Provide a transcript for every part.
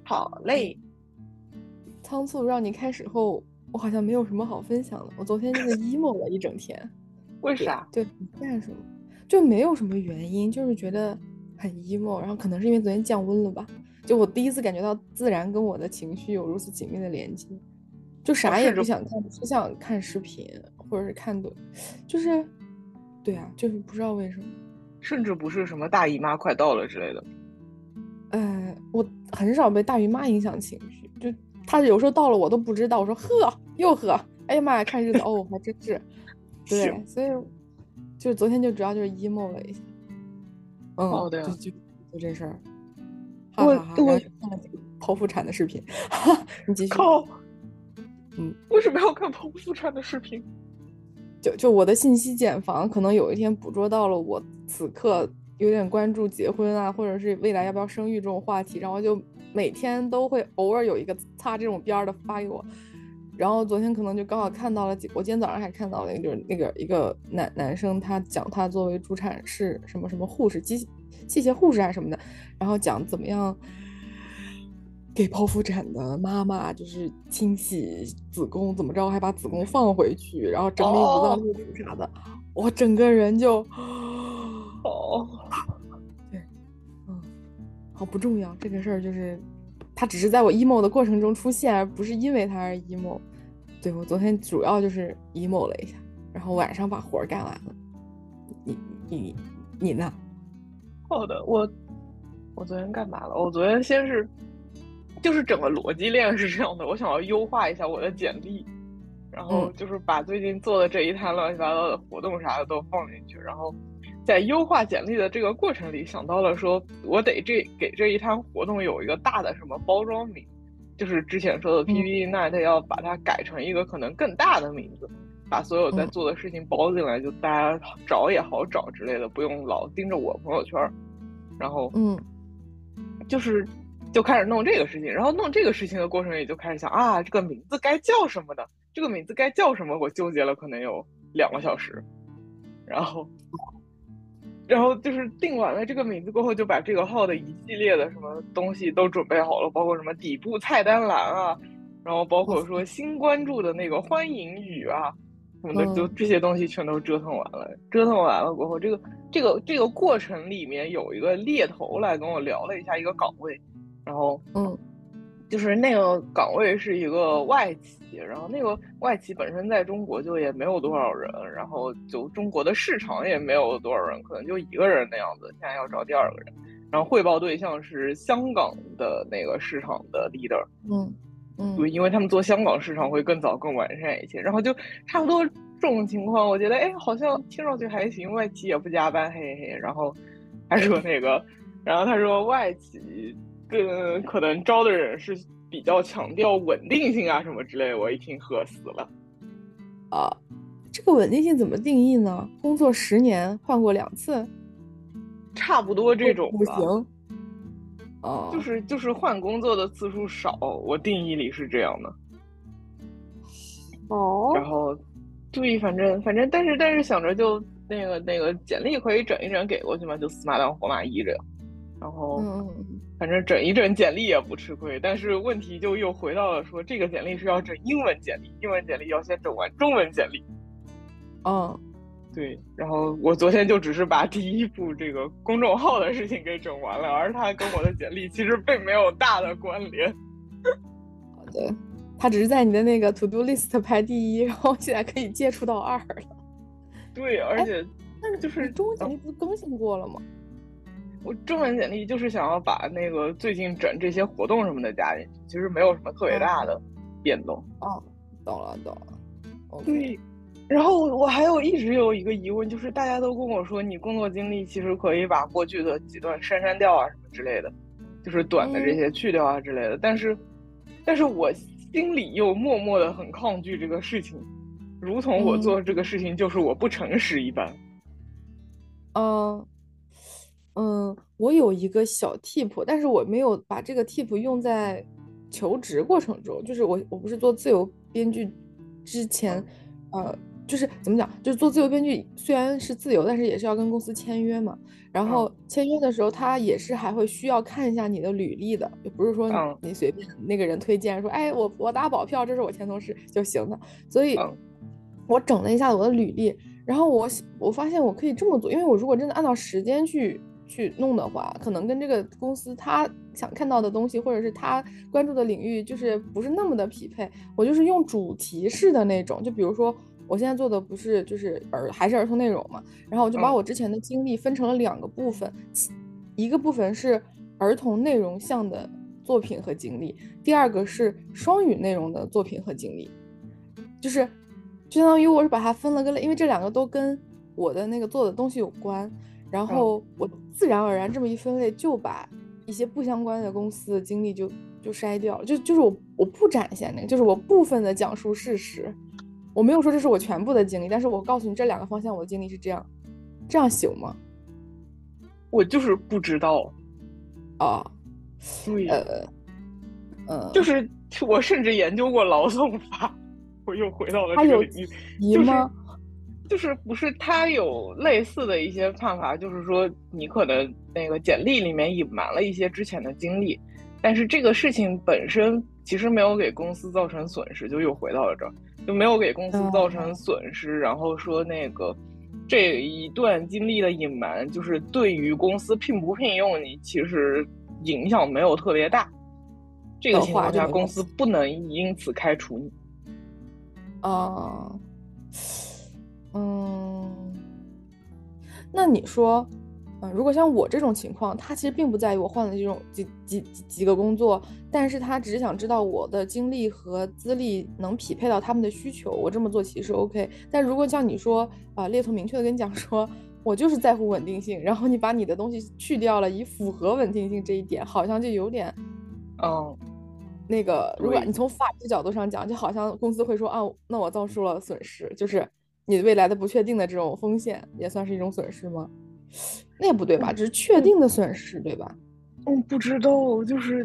好嘞。 仓促让你开始后，我好像没有什么好分享的。我昨天就是 emo 了一整天。对为啥？ 对，你干什么？就没有什么原因，就是觉得很 emo，然后可能是因为昨天降温了吧。就我第一次感觉到自然跟我的情绪有如此紧密的连接，就哦， 啥也甚至不想看，只想看视频或者是看的，就是对啊，就是不知道为什么。 不是什么大姨妈快到了之类的。 我很少被大姨妈影响情绪，就她有时候到了我都不知道，我说呵又呵，哎呀妈呀，看日子哦，还真是，对， 行。 所以就昨天就主要就是 emo 了一下， 好的呀。 就这事儿，哈我哈哈，然我后看了几个剖腹产的视频，哈哈，你继续， 靠， 嗯， 为什么要看剖腹产的视频？ 就我的信息茧房，可能有一天捕捉到了我此刻有点关注结婚啊，或者是未来要不要生育这种话题，然后就每天都会偶尔有一个擦这种边儿的发给我。然后昨天可能就刚好看到了我今天早上还看到了，就是那个一个男生，他讲他作为助产士什么什么护士、器械护士还是什么的，然后讲怎么样给剖腹产的妈妈就是清洗子宫怎么着，还把子宫放回去，然后整理五脏哦六腑啥的，我整个人就， 哦， 对，嗯，好不重要，这个事儿就是它只是在我 emo 的过程中出现，而不是因为它而 emo。对，我昨天主要就是 emo 了一下，然后晚上把活儿干完了。你你你呢？ 好的。我昨天干嘛了？我昨天先是就是整个逻辑链是这样的，我想要优化一下我的简历，然后嗯就是把最近做的这一摊乱七八糟的活动啥的都放进去，然后在优化简历的这个过程里想到了说，我得给这一摊活动有一个大的什么包装名，就是之前说的嗯 PPT Night 要把它改成一个可能更大的名字，把所有在嗯做的事情包进来，就大家找也好找之类的，不用老盯着我朋友圈。然后嗯就是就开始弄这个事情，然后弄这个事情的过程里就开始想啊，这个名字该叫什么呢？这个名字该叫什么？我纠结了可能有2个小时，然后就是定完了这个名字过后，就把这个号的一系列的什么东西都准备好了，包括什么底部菜单栏啊，然后包括说新关注的那个欢迎语啊什么的，就嗯这些东西全都折腾完了。折腾完了过后，这个过程里面有一个猎头来跟我聊了一下一个岗位，然后嗯就是那个岗位是一个外企，然后那个外企本身在中国就也没有多少人，然后就中国的市场也没有多少人，可能就一个人那样子。现在要招第二个人，然后汇报对象是香港的那个市场的 leader， 嗯嗯对，因为他们做香港市场会更早更完善一些，然后就差不多这种情况，我觉得哎，好像听上去还行，外企也不加班，嘿嘿嘿。然后他说那个，然后他说外企更可能招的人是比较强调稳定性啊什么之类的，我一听喝死了。 啊，这个稳定性怎么定义呢？工作10年换过2次， 差不多这种吧， 不行。哦就是换工作的次数少，我定义里是这样的。然哦， 后，对，反正，但是想着就那个简历可以整一整给过去嘛，就死马当活马医这样。然后， 嗯反正整一整简历也不吃亏，但是问题就又回到了说，这个简历是要整英文简历，英文简历要先整完中文简历。 嗯对，然后我昨天就只是把第一步这个公众号的事情给整完了，而它跟我的简历其实并没有大的关联。 好的，它只是在你的那个 to do list 排第一，然后现在可以接触到2了。 对，而哎， 且那就是你中文简历不是更新过了吗？ 我中文简历就是想要把那个最近整这些活动什么的加进去，其实没有什么特别大哦的变动。 哦，懂了懂了，OK。 对，然后我还一直有一个疑问，就是大家都跟我说，你工作经历其实可以把过去的几段删掉啊什么之类的，就是短的这嗯些去掉啊之类的。但是我心里又默默的很抗拒这个事情，如同我嗯做这个事情就是我不诚实一般。 嗯我有一个小 tip，但是我没有把这个 tip 用在求职过程中。就是我不是做自由编剧之前， 就是怎么讲，就是做自由编剧虽然是自由，但是也是要跟公司签约嘛。然后嗯签约的时候，他也是还会需要看一下你的履历的，就不是说嗯你随便那个人推荐说，哎，我打保票，这是我前同事就行的。所以， 嗯我整了一下我的履历，然后我发现我可以这么做，因为我如果真的按照时间去弄的话，可能跟这个公司他想看到的东西，或者是他关注的领域，就是不是那么的匹配。我就是用主题式的那种，就比如说我现在做的不是就是还是儿童内容嘛，然后我就把嗯我之前的经历分成了2个部分，一个部分是儿童内容向的作品和经历，第二个是双语内容的作品和经历，就是就相当于我是把它分了个类，因为这2个都跟我的那个做的东西有关，然嗯， 后我自然而然这么一分类，就把一些不相关的公司的经历就筛掉了，就是我不展现那个，就是我部分的讲述事实，我没有说这是我全部的经历，但是我告诉你这2个方向我的经历是这样，这样行吗？ 我就是不知道。 啊， 对， 呃， 就是我甚至研究过劳动法，我又回到了他有这个领域，就是题吗？ 就是不是他有类似的一些看法，就是说你可能那个简历里面隐瞒了一些之前的经历，但是这个事情本身其实没有给公司造成损失，就又回到了这儿，就没有给公司造成损失，然后说那个这一段经历的隐瞒，就是对于公司聘不聘用你，其实影响没有特别大。这个的话情况下，公就没关系。 司不能因此开除你。 啊，嗯，那你说，如果像我这种情况，他其实并不在于我换了这种几个工作，但是他只是想知道我的经历和资历能匹配到他们的需求，我这么做其实 OK。但如果像你说，猎头明确的跟你讲说，我就是在乎稳定性，然后你把你的东西去掉了，以符合稳定性这一点，好像就有点。 嗯， 那个，如果对， 你从法律角度上讲，就好像公司会说啊，那我造成了损失，就是你未来的不确定的这种风险，也算是一种损失吗？那也不对吧，只是确定的损失，对吧？ 不知道，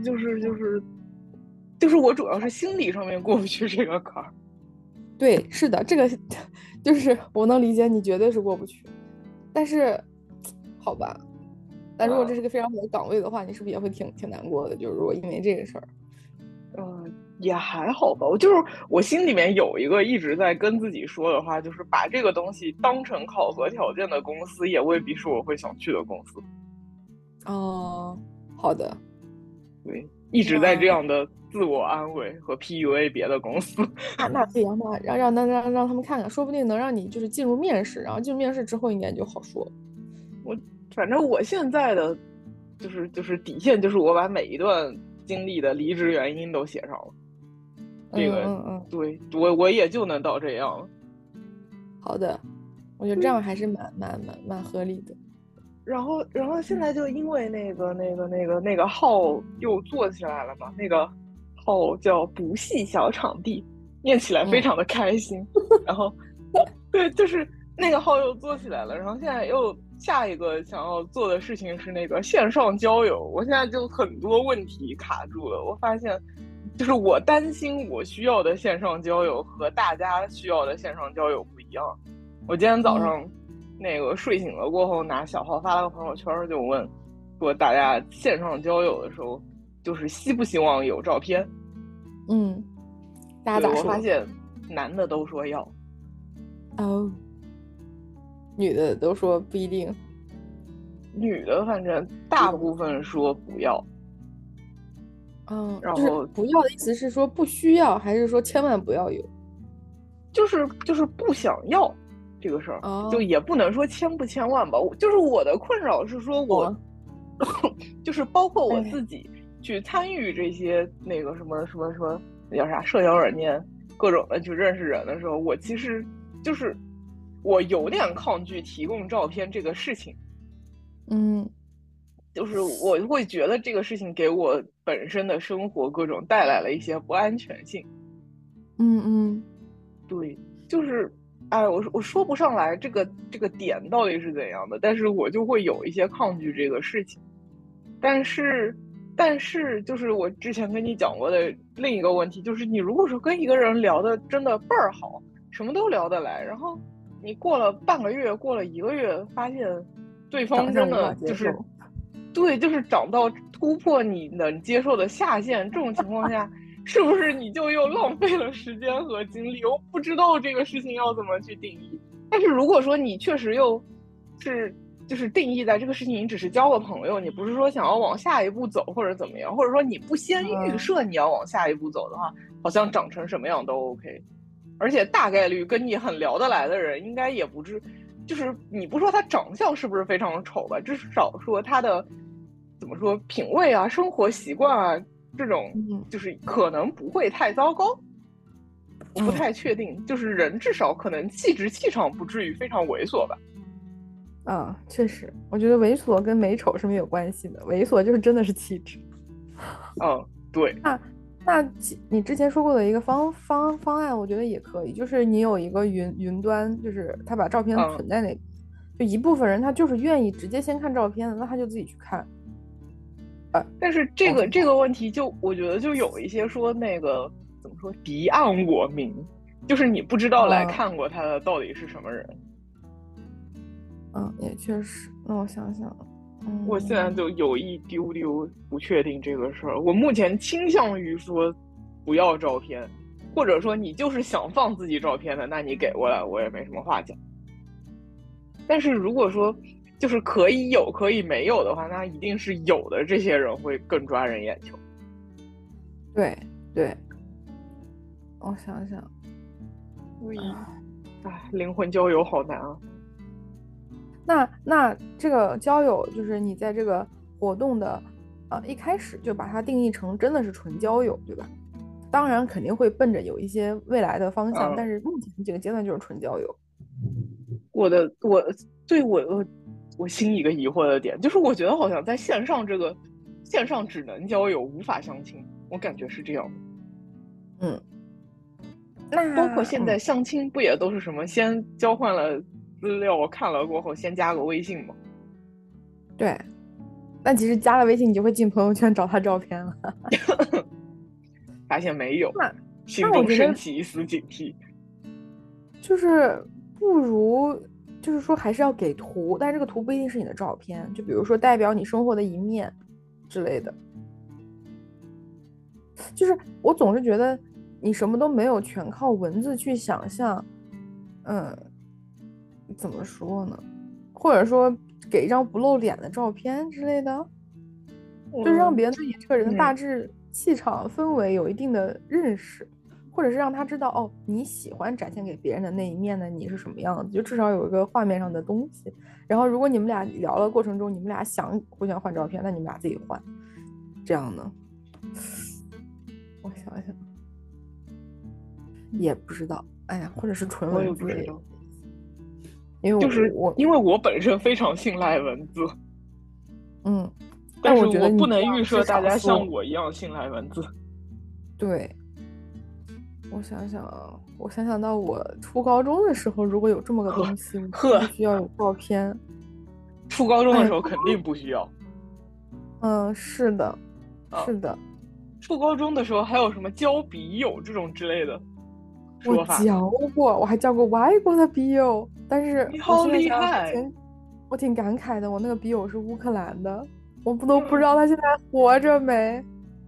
就是我主要是心理上面过不去这个坎儿。 对，是的，这个就是我能理解，你绝对是过不去。但是，好吧，但如果这是个非常好的岗位的话，你是不是也会挺难过的？就是如果因为这个事儿。 也还好吧。我心里面有一个一直在跟自己说的话，就是把这个东西当成考核条件的公司，也未必是我会想去的公司。 哦，好的， 对，一直在这那样的自我安慰和 PUA 别的公司。 那可以让他们看看，说不定能让你就是进入面试，然后进入面试之后应该就好说。 我反正我现在的就是底线，就是我把每一段经历的离职原因都写上了。这个对我也就能到这样了。 好的，我觉得这样还是蛮合理的。 然后现在就因为那个号又做起来了嘛，那个号叫不系小场地，念起来非常的开心。然后对，就是那个号又做起来了，然后现在又下一个想要做的事情是那个线上交友，我现在就很多问题卡住了。我发现，就是我担心我需要的线上交友和大家需要的线上交友不一样。我今天早上那个睡醒了过后，拿小号发了个朋友圈，就问说大家线上交友的时候，就是希不希望有照片？ 大家咋说？ 我发现男的都说要， 女的都说不一定， 女的反正大部分说不要。然后就是不要的意思是说不需要，还是说千万不要有？ 就是不想要这个事儿，就也不能说千不千万吧。就是我的困扰是说我，就是包括我自己去参与这些那个什么那叫啥社交软件各种的去认识人的时候，我其实就是我有点抗拒提供照片这个事情。就是我会觉得这个事情给我本身的生活各种带来了一些不安全性。对，就是我说不上来这个点到底是怎样的，但是我就会有一些抗拒这个事情。但是就是我之前跟你讲过的另一个问题，就是你如果说跟一个人聊的真的倍儿好， 什么都聊得来，然后你过了半个月，过了1个月，发现对方真的就是对，就是长到突破你能接受的下限，这种情况下，是不是你就又浪费了时间和精力？我不知道这个事情要怎么去定义。但是如果说你确实又是就是定义在这个事情，你只是交个朋友，你不是说想要往下一步走或者怎么样，或者说你不先预设你要往下一步走的话，好像长成什么样都 OK。而且大概率跟你很聊得来的人，应该也不至，就是你不说他长相是不是非常丑吧，至少说他的怎么说品味啊、生活习惯啊这种，就是可能不会太糟糕。我不太确定，就是人至少可能气质气场不至于非常猥琐吧。 确实，我觉得猥琐跟美丑是没有关系的，猥琐就是真的是气质。 对。 那你之前说过的一个方案，我觉得也可以，就是你有一个云端，就是他把照片存在那里，就一部分人他就是愿意直接先看照片的，那他就自己去看。 但是这个问题就我觉得就有一些说那个怎么说敌暗我明，就是你不知道来看过他的到底是什么人。 也确实。那我想想。 我现在就有一丢丢不确定这个事儿。我目前倾向于说不要照片，或者说你就是想放自己照片的，那你给过来我也没什么话讲。但是如果说就是可以有可以没有的话，那一定是有的这些人会更抓人眼球。 对，我想想。 灵魂交友好难啊。 那这个交友就是你在这个活动的一开始就把它定义成真的是纯交友，对吧？当然肯定会奔着有一些未来的方向，但是目前这个阶段就是纯交友。 我心里一个疑惑的点就是，我觉得好像在线上只能交友无法相亲，我感觉是这样的。 那包括现在相亲不也都是什么先交换了资料看了过后先加个微信吗？ 对，但其实加了微信你就会进朋友圈找他照片了。 发现没有，心中升起一丝警惕。 就是不如就是说还是要给图，但是这个图不一定是你的照片，就比如说代表你生活的一面之类的。就是我总是觉得你什么都没有，全靠文字去想象。怎么说呢？或者说给一张不露脸的照片之类的，就是让别人对你这个人的大致气场氛围有一定的认识，或者是让他知道你喜欢展现给别人的那一面的你是什么样子，就至少有一个画面上的东西。然后如果你们俩聊的过程中你们俩想互相换照片，那你们俩自己换，这样呢？我想想也不知道。哎呀，或者是纯文字， 因为我本身非常信赖文字。 但是我觉得不能预设大家像我一样信赖文字。 对，我想想到我初高中的时候，如果有这么个东西，我需要有照片。 初高中的时候肯定不需要。 是的，是的。 初高中的时候还有什么交笔友这种之类的说法？ 我交过，我还交过外国的笔友，但是你好厉害！ 我挺感慨的，我那个笔友是乌克兰的，我都不知道他现在活着没。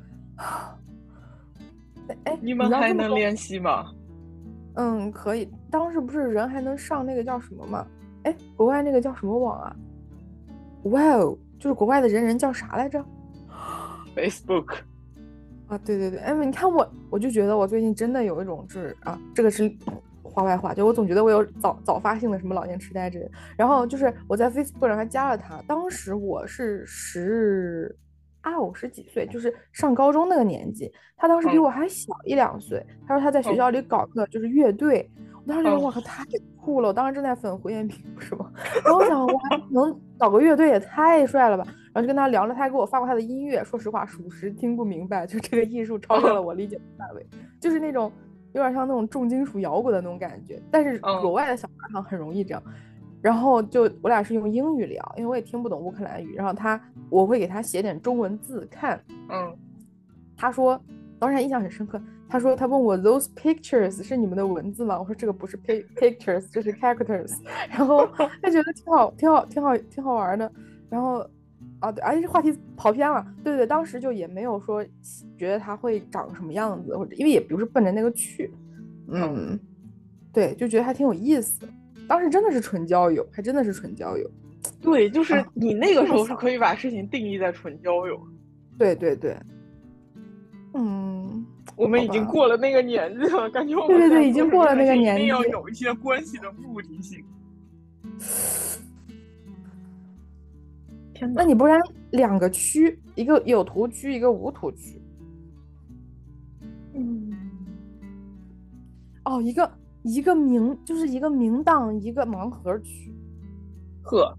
你们还能联系吗？ 可以。当时不是人还能上那个叫什么吗？国外那个叫什么网啊？哇哦，就是国外的人叫啥来着 ？Facebook。 对。你看我就觉得我最近真的有一种这个是话外话，就我总觉得我有早发性的什么老年痴呆之类。然后就是我在 Facebook 上还加了他，当时我是十几岁，就是上高中那个年纪。他当时比我还小1、2岁。他说他在学校里搞个就是乐队，我当时觉得哇靠太酷了，我当时正在粉胡彦斌是吗？然后我想我还能搞个乐队也太帅了吧。然后就跟他聊了，他还给我发过他的音乐，说实话属实听不明白，就这个艺术超越了我理解的范围，就是那种有点像那种重金属摇滚的那种感觉。但是国外的小孩好像很容易这样。然后就我俩是用英语聊，因为我也听不懂乌克兰语。然后我会给他写点中文字看。他说当时还印象很深刻。他问我 those pictures 是你们的文字吗？我说这个不是 pictures，这是 characters。然后他觉得挺好玩的。然后啊对，而且这话题跑偏了。对对，当时就也没有说觉得他会长什么样子，或者因为也不是奔着那个去。对，就觉得还挺有意思。当时真的是纯交友，还真的是纯交友。 对，就是啊， 你那个时候是这么想， 可以把事情定义在纯交友。 对对对， 我们已经好吧， 过了那个年纪了，感觉我们对对对，已现在做什么经过了那个事情一定年纪。 要有一些关系的目的性。天哪！ 那你不然两个区，一个有图区，一个无图区。哦，就是一个明档，一个盲盒区。 呵，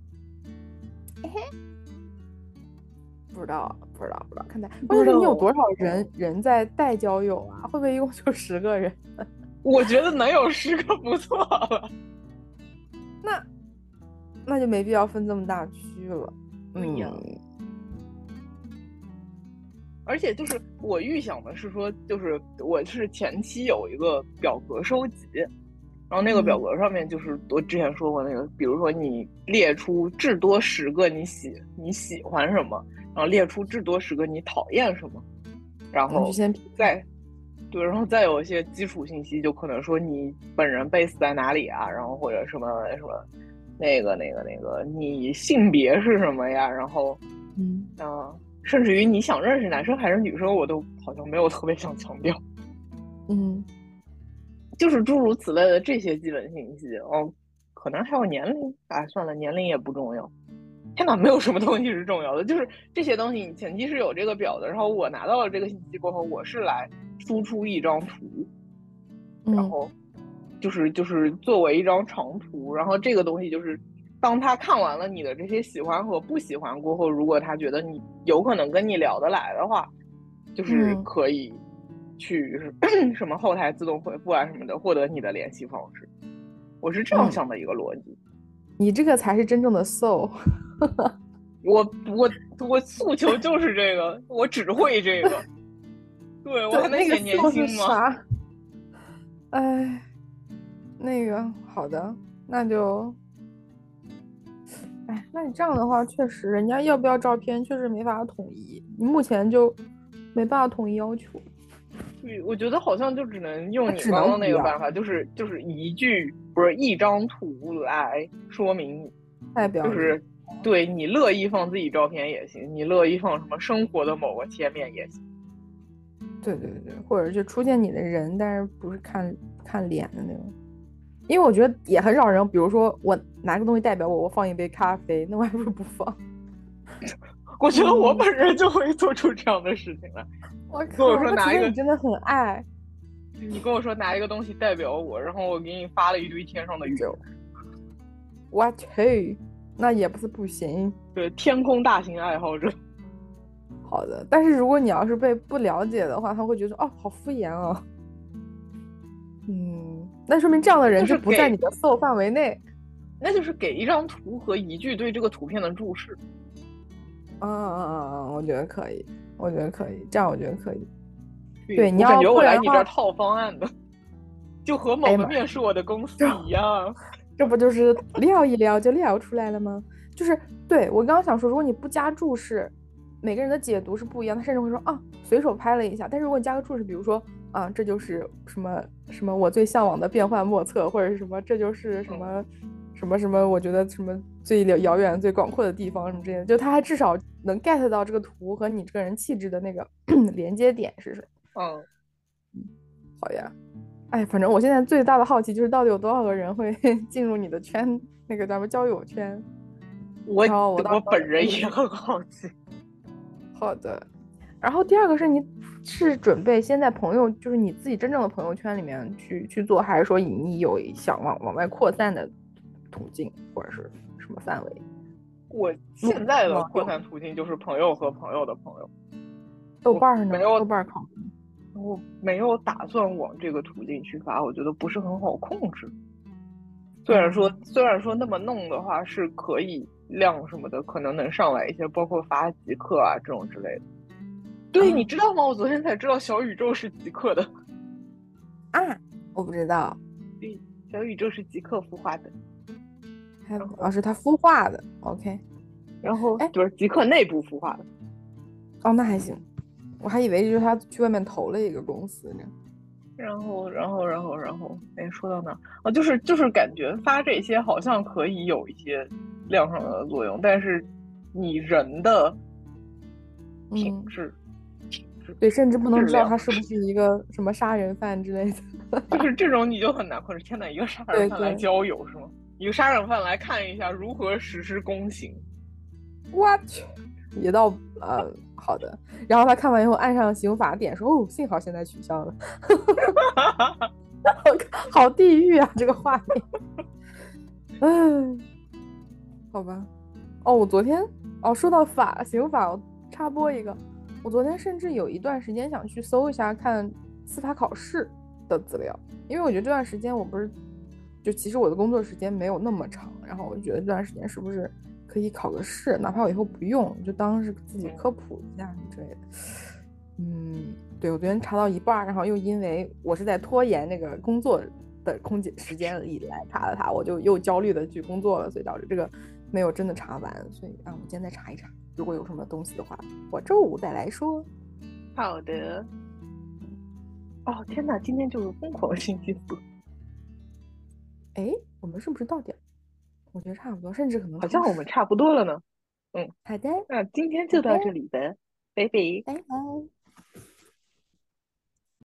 不知道，看在关不知道。 键是你有多少人在带交友啊？会不会一共就10个人？ 我觉得能有10个不错了。 那那就没必要分这么大区了。 对呀。而且就是我预想的是说，就是我是前期有一个表格收集，然后那个表格上面就是我之前说过那个，比如说你列出至多10个你喜欢什么，然后列出至多10个你讨厌什么，然后然后再有一些基础信息，就可能说你本人 base 在哪里啊，然后或者什么那个你性别是什么呀，然后甚至于你想认识男生还是女生，我都好像没有特别想强调。就是诸如此类的这些基本信息。可能还有年龄，算了，年龄也不重要。天哪，没有什么东西是重要的，就是这些东西你前期是有这个表的，然后我拿到了这个信息过后，我是来输出一张图，然后就是作为一张长图，然后这个东西就是当他看完了你的这些喜欢和不喜欢过后，如果他觉得你有可能跟你聊得来的话，就是可以去什么后台自动回复啊什么的，获得你的联系方式。我是这样想的一个逻辑。 你这个才是真正的 soul。 我诉求就是这个，我只会这个。对，我还能写年薪吗？ 哎，那个好的，那就，那你这样的话，确实人家要不要照片，确实没法统一，你目前就没办法统一要求。 对，我觉得好像就只能用你刚刚那个办法，就是一张图来说明， 代表就是对你乐意放自己照片也行，你乐意放什么生活的某个切面也行。 对，或者就出现你的人，但是不是看脸的那种。因为我觉得也很少人，比如说我拿个东西代表我放一杯咖啡，那我还不如不放。 我觉得我本人就会做出这样的事情来。 我跟我说拿一个， 你真的很爱。 你跟我说拿一个东西代表我，然后我给你发了一堆天上的云。 我去，那也不是不行。 对，天空大型爱好者。 好的，但是如果你要是被不了解的话，他会觉得好敷衍啊。那说明这样的人就不在你的搜范围内。 那就是给一张图和一句对这个图片的注释。 我觉得可以，这样我觉得可以。 对， 你要感觉我来你这儿套方案的，就和某个面试我的公司一样。 这不就是聊一聊就聊出来了吗？就是对我刚刚想说，如果你不加注释，每个人的解读是不一样，他甚至会说随手拍了一下。但是如果你加个注释，比如说这就是什么什么我最向往的变幻莫测，或者是什么这就是什么什么我觉得什么最遥远最广阔的地方什么之类的，就他还至少能 get 到这个图和你这个人气质的那个连接点是什么。好呀。反正我现在最大的好奇就是到底有多少个人会进入你的圈，那个咱们交友圈。 我本人也很好奇。 好的。然后第二个是你是准备先在朋友，就是你自己真正的朋友圈里面去做，还是说你有想往外扩散的途径或者是什么范围？ 我现在的扩散途径就是朋友和朋友的朋友。 豆瓣呢？ 豆瓣考我没有打算往这个途径去发，我觉得不是很好控制。虽然说那么弄的话是可以量什么的，可能能上来一些，包括发极客啊这种之类的。 对，你知道吗？我昨天才知道小宇宙是极客的。 啊，我不知道， 对，小宇宙是极客孵化的。 是他孵化的。OK， 然后哎， 就是极客内部孵化的。 哦，那还行，我还以为就是他去外面投了一个公司呢。 哎，说到哪儿啊？就是感觉发这些好像可以有一些量上的作用，但是你人的品质， 对，甚至不能知道他质量是不是一个什么杀人犯之类的。 就是这种你就很难控制。天哪，一个杀人犯来交友是吗？一个杀人犯来看一下如何实施宫刑。 我去，也到好的。然后他看完以后按上刑法点说：“哦，幸好现在取消了。”好地狱啊，这个画面。嗯，好吧。哦，我昨天说到刑法，我插播一个，我昨天甚至有一段时间想去搜一下看司法考试的资料，因为我觉得这段时间我不是，就其实我的工作时间没有那么长，然后我就觉得这段时间是不是可以考个试，哪怕我以后不用，就当是自己科普一下之类的。对，我昨天查到一半，然后又因为我是在拖延那个工作的时间以来查了它，我就又焦虑的去工作了，所以导致这个没有真的查完。所以我今天再查一查，如果有什么东西的话，我周五再来说。 好的。哦天哪，今天就是疯狂星期四。 哎，我们是不是到点？我觉得差不多，甚至可能好像我们差不多了呢。 好的， 那今天就到这里吧，拜拜。 拜拜。